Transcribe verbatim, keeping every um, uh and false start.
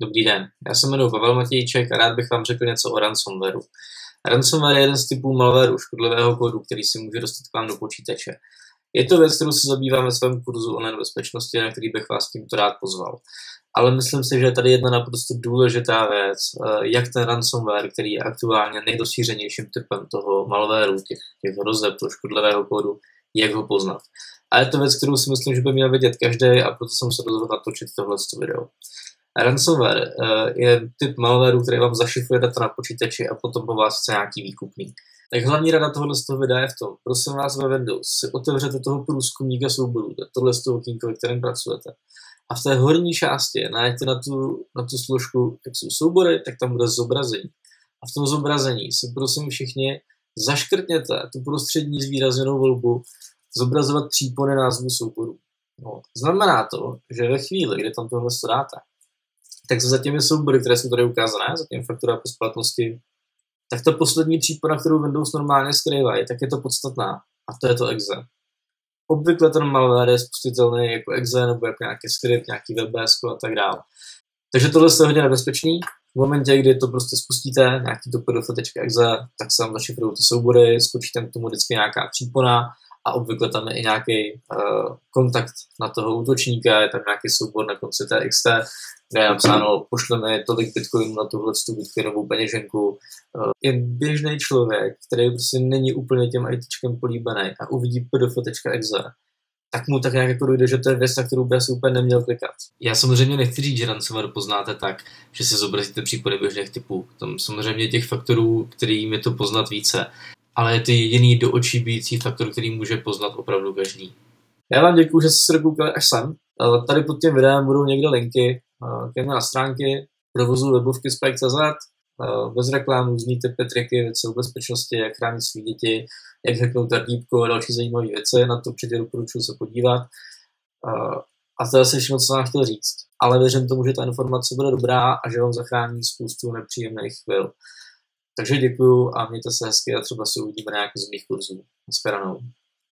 Dobrý den, já se jmenuji Pavel Matějček a rád bych vám řekl něco o ransomwareu. Ransomware je jeden z typů malwareu, škodlivého kódu, který si může dostat k vám do počítače. Je to věc, kterou se zabývám ve svém kurzu online bezpečnosti, na který bych vás tímto rád pozval. Ale myslím si, že je tady jedna naprosto důležitá věc, jak ten ransomware, který je aktuálně nejrozšířenějším typem toho malwareu, těch, těch hrozeb, toho škodlivého kódu, jak ho poznat. A je to věc, kterou si myslím, že by měl vědět každý, a proto jsem se rozhodl natočit tohle video. Ransomware je typ malwareu, který vám zašifruje data na počítači a potom po vás chce nějaký výkupný. Tak hlavní rada tohoto z toho videa je v tom, prosím vás ve Windows si otevřete toho průzkumníka souborů, tohle z toho okýnko, ve kterém pracujete. A v té horní části najděte na tu, na tu složku, jak jsou soubory, tak tam bude zobrazení. A v tom zobrazení si prosím všichni zaškrtněte tu prostřední zvýrazněnou volbu zobrazovat přípony názvu souborů. No, znamená to, že ve chvíli, kdy tam tohle dáte, tak za těmi soubory, které jsou tady ukázané, za těmi faktura po splatnosti, tak ta poslední přípona, kterou Windows normálně skrývají, tak je to podstatná. A to je to exe. Obvykle ten malware je spustitelný jako exe nebo jako nějaký script, nějaký webs a tak dále. Takže tohle je hodně nebezpečný. V momentě, kdy to prostě spustíte, nějaký to pdf.exe, tak se vám zašifrují ty soubory, skočí tam k tomu vždycky nějaká přípona a obvykle tam je i nějaký uh, kontakt na toho útočníka, je tam nějaký soubor na konci té X T, kde je napsáno, pošleme tolik bitcoinů na tuhle bitcoinovou peněženku. Uh, je běžný člověk, který prostě není úplně těm ITčkem políbený a uvidí pdf.exe, tak mu tak nějak jako dojde, že to je věc, na kterou by asi úplně neměl klikat. Já samozřejmě nechci říct, že ransomware poznáte tak, že si zobrazíte případy běžných typů. Tam samozřejmě těch faktorů, kterým je to poznat více. Ale je to jediný do očí bijící faktor, který může poznat opravdu každý. Já vám děkuju, že jste se dokoukali až sem. Tady pod tím videem budou někde linky ke mně na stránky provozu webovky spike tečka cé zet, bez reklam, různý typy triky, věci o bezpečnosti, jak chránit své děti, jak hacknout rdípko a další zajímavé věci. Na to určitě doporučuji se podívat. A to je asi všechno, co jsem vám chtěl říct. Ale věřím tomu, že ta informace bude dobrá a že vám zachrání spoustu nepříjemných chvil. Takže děkuju a mějte se hezky a třeba se uvidíme na nějaký z mých kurzů. Naschledanou.